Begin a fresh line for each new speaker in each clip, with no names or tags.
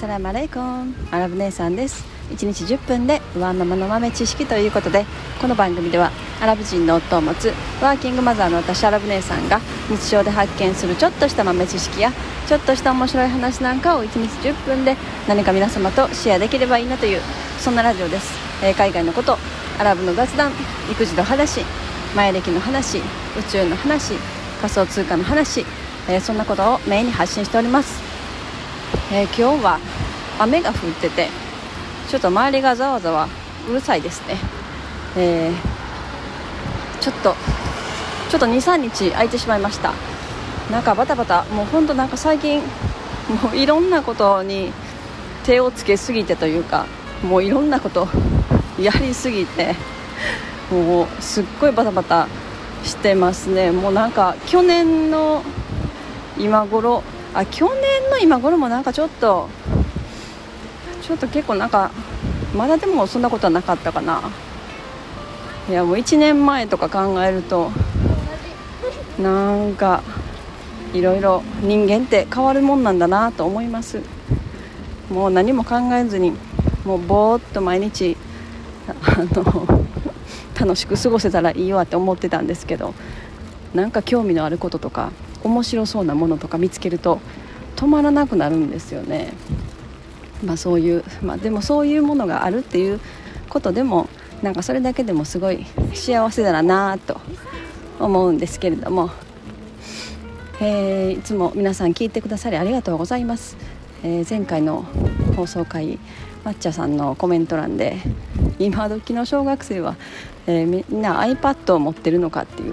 サラムアレイコン、アラブ姉さんです。1日10分でワンママの豆知識ということで、この番組ではアラブ人の夫を持つワーキングマザーの私アラブ姉さんが日常で発見するちょっとした豆知識やちょっとした面白い話なんかを1日10分で何か皆様とシェアできればいいなという、そんなラジオです。海外のこと、アラブの雑談、育児の話、前歴の話、宇宙の話、仮想通貨の話、そんなことをメインに発信しております。今日は雨が降ってて、ちょっと周りがざわざわうるさいですね。ちょっと 2,3 日空いてしまいました。なんかバタバタ、もうほんとなんか最近もういろんなことに手をつけすぎてというか、もういろんなことやりすぎて、もうすっごいバタバタしてますね。もうなんか去年の今頃もなんかちょっと結構なんかまだでもそんなことはなかったかな。いやもう1年前とか考えるとなんかいろいろ人間って変わるもんなんだなと思います。もう何も考えずにもうぼーっと毎日楽しく過ごせたらいいわって思ってたんですけど、なんか興味のあることとか面白そうなものとか見つけると止まらなくなるんですよね。でもそういうものがあるっていうことでもなんかそれだけでもすごい幸せだなと思うんですけれども、いつも皆さん聞いてくださりありがとうございます。前回の放送回抹茶さんのコメント欄で、今時の小学生は、みんな iPad を持ってるのかっていう、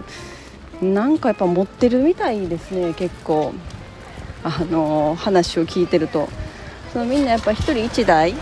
なんかやっぱ持ってるみたいですね。結構話を聞いてるとみんなやっぱ一人一台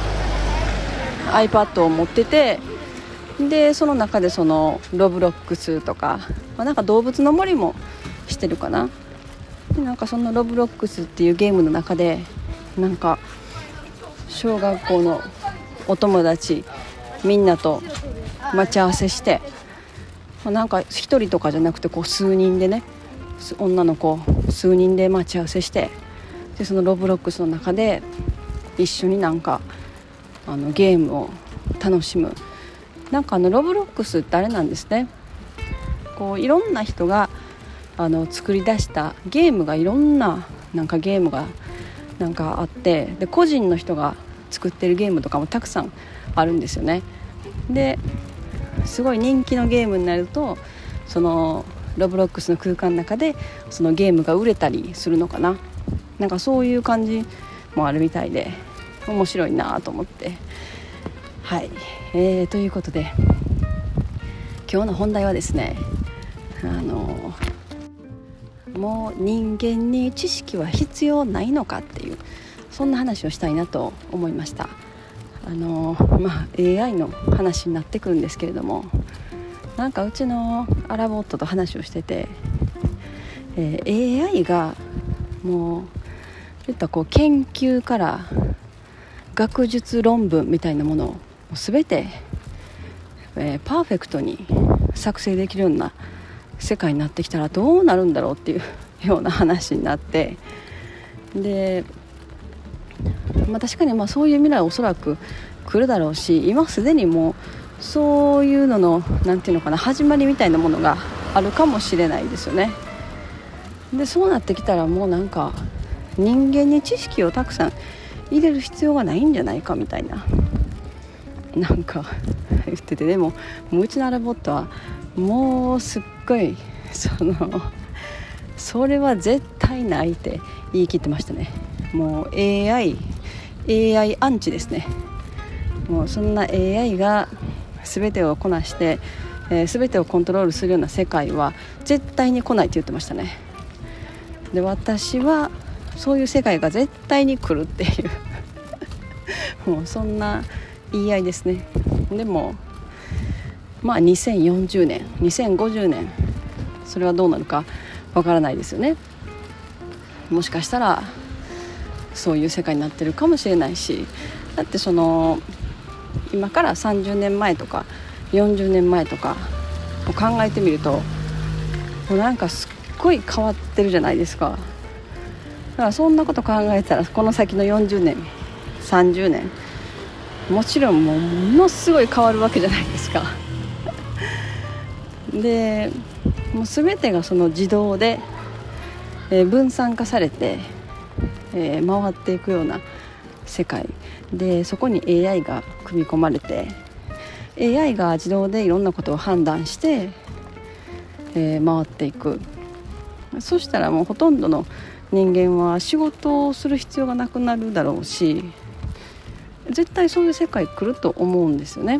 iPad を持ってて、でその中でそのロブロックスとか、なんか動物の森もしてるかな。でなんかそのロブロックスっていうゲームの中でなんか小学校のお友達みんなと待ち合わせして、なんか一人とかじゃなくて数人でね、女の子数人で待ち合わせして、でそのロブロックスの中で一緒になんかゲームを楽しむ。なんかロブロックスってあれなんですね。いろんな人が作り出したゲームがいろんなゲームがなんかあって、で個人の人が作ってるゲームとかもたくさんあるんですよね。ですごい人気のゲームになると、そのロブロックスの空間の中でそのゲームが売れたりするのかな。なんかそういう感じもあるみたいで面白いなと思って、はい、ということで今日の本題はですね、もう人間に知識は必要ないのかっていう、そんな話をしたいなと思いました。AI の話になってくるんですけれども、なんかうちのアラボットと話をしてて、AI がもう言った研究から学術論文みたいなものを全て、パーフェクトに作成できるような世界になってきたらどうなるんだろうっていうような話になって、で、確かにそういう未来はおそらく来るだろうし、今すでにもうそういうののなんていうのかな、始まりみたいなものがあるかもしれないですよね。でそうなってきたらもうなんか人間に知識をたくさん入れる必要がないんじゃないかみたいな、なんか言ってて、でもうちのアラボットはもうすっごいそれは絶対ないって言い切ってましたね。もう AI アンチですね。もうそんな AI が全てをこなして、全てをコントロールするような世界は絶対に来ないって言ってましたね。で私はそういう世界が絶対に来るっていうもうそんな言い合いですね。でも2040年2050年それはどうなるかわからないですよね。もしかしたらそういう世界になってるかもしれないし、だって今から30年前とか40年前とかを考えてみると、もうなんかすっごい変わってるじゃないですか。だからそんなこと考えたらこの先の40年 30年もちろんものすごい変わるわけじゃないですかでもう全てがその自動で、分散化されて、回っていくような世界で、そこに AI が組み込まれて AI が自動でいろんなことを判断して、回っていく。そしたらもうほとんどの人間は仕事をする必要がなくなるだろうし、絶対そういう世界来ると思うんですよね。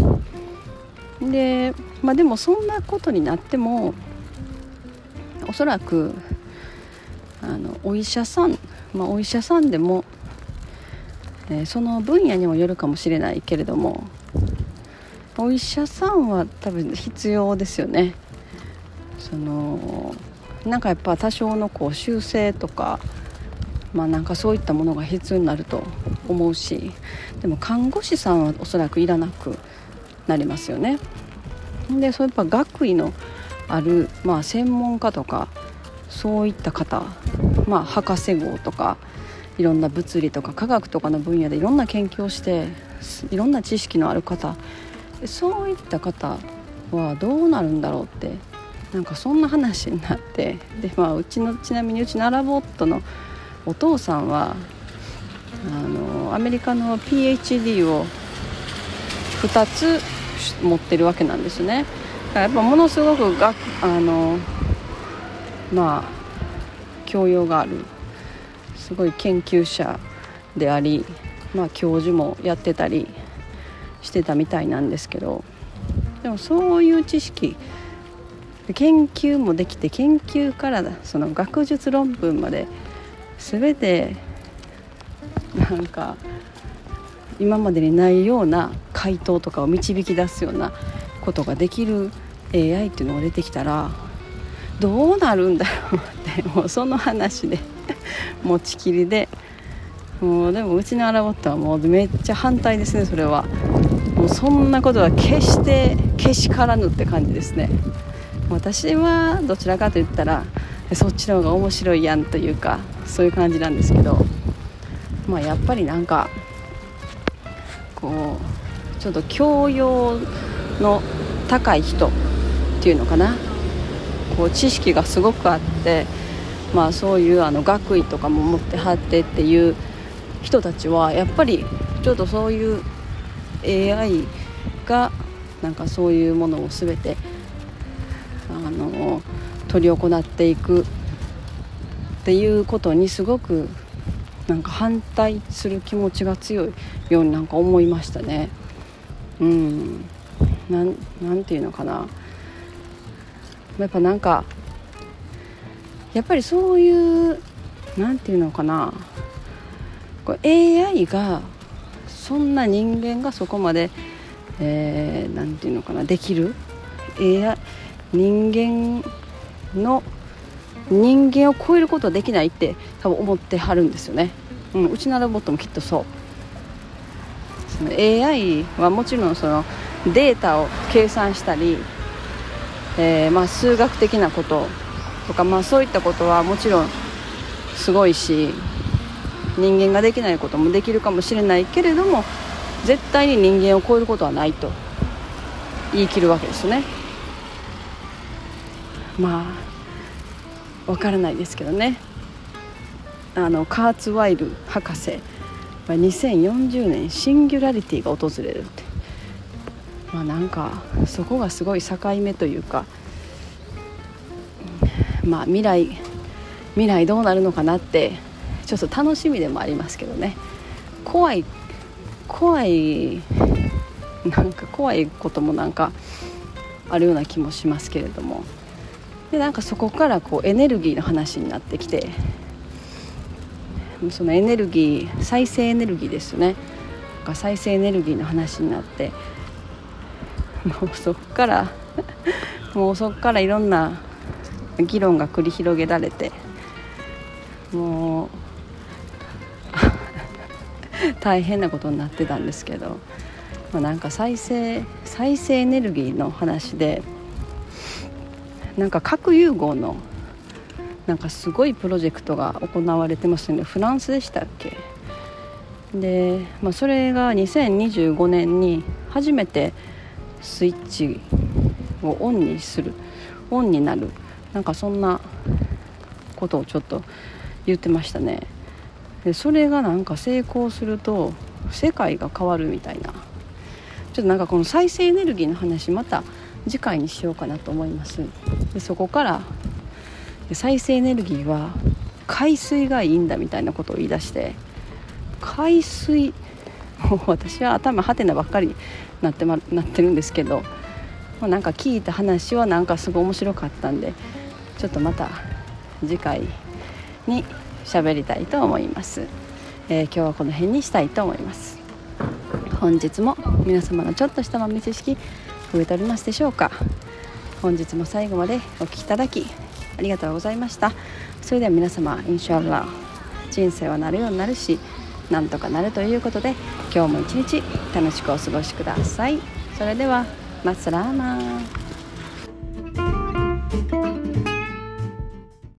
で、でもそんなことになってもおそらくお医者さん、お医者さんでも、その分野にもよるかもしれないけれども、お医者さんは多分必要ですよね。なんかやっぱ多少の修正とか、なんかそういったものが必要になると思うし、でも看護師さんはおそらくいらなくなりますよね。で、そうやっぱ学位のある、専門家とかそういった方、博士号とかいろんな物理とか科学とかの分野でいろんな研究をしていろんな知識のある方、そういった方はどうなるんだろうって、なんかそんな話になって、で、ちなみにうちのアラボットのお父さんはアメリカの PhD を2つ持ってるわけなんですね。だからやっぱものすごく教養があるすごい研究者であり、教授もやってたりしてたみたいなんですけど、でもそういう知識、研究もできて、研究からその学術論文まで全てなんか今までにないような回答とかを導き出すようなことができる AI っていうのが出てきたらどうなるんだろうって、もうその話で持ちきりで、もうでもうちのアラボットはもうめっちゃ反対ですね。それはもうそんなことは決してけしからぬって感じですね。私はどちらかと言ったらそっちの方が面白いやんというか、そういう感じなんですけど、やっぱりなんかちょっと教養の高い人っていうのかな、知識がすごくあって、そういう学位とかも持ってはってっていう人たちはやっぱりちょっとそういう AI がなんかそういうものを全て取り行っていくっていうことにすごくなんか反対する気持ちが強いようになんか思いましたね。なんていうのかな、やっぱなんかやっぱりそういうなんていうのかな、AI がそんな人間がそこまで、なんていうのかな、できる AI 人間を超えることはできないって多分思ってはるんですよね。うちのロボットもきっとそう。その AI はもちろんそのデータを計算したり、数学的なこととか、そういったことはもちろんすごいし、人間ができないこともできるかもしれないけれども、絶対に人間を超えることはないと言い切るわけですよね。わからないですけどね。カーツワイル博士は2040年シンギュラリティが訪れるって、なんかそこがすごい境目というか、未来どうなるのかなってちょっと楽しみでもありますけどね。怖いなんか怖いこともなんかあるような気もしますけれども、でなんかそこからエネルギーの話になってきて、そのエネルギー、再生エネルギーですよね。再生エネルギーの話になって、もうそこからいろんな議論が繰り広げられて、もう大変なことになってたんですけど、なんか再生エネルギーの話で、なんか核融合のなんかすごいプロジェクトが行われてますよね。フランスでしたっけ。 で、それが2025年に初めてスイッチをオンになる、なんかそんなことをちょっと言ってましたね。でそれがなんか成功すると世界が変わるみたいな。ちょっとなんかこの再生エネルギーの話また次回にしようかなと思います。でそこから再生エネルギーは海水がいいんだみたいなことを言い出して、海水もう私は頭はてなばっかりなってるんですけど、なんか聞いた話はなんかすごい面白かったんで、ちょっとまた次回に喋りたいと思います。今日はこの辺にしたいと思います。本日も皆様のちょっとした豆知識増えておりますでしょうか。本日も最後までお聞きいただきありがとうございました。それでは皆様、インシャアラ人生はなるようになるし、なんとかなるということで、今日も一日楽しくお過ごしください。それではマッサラーマー。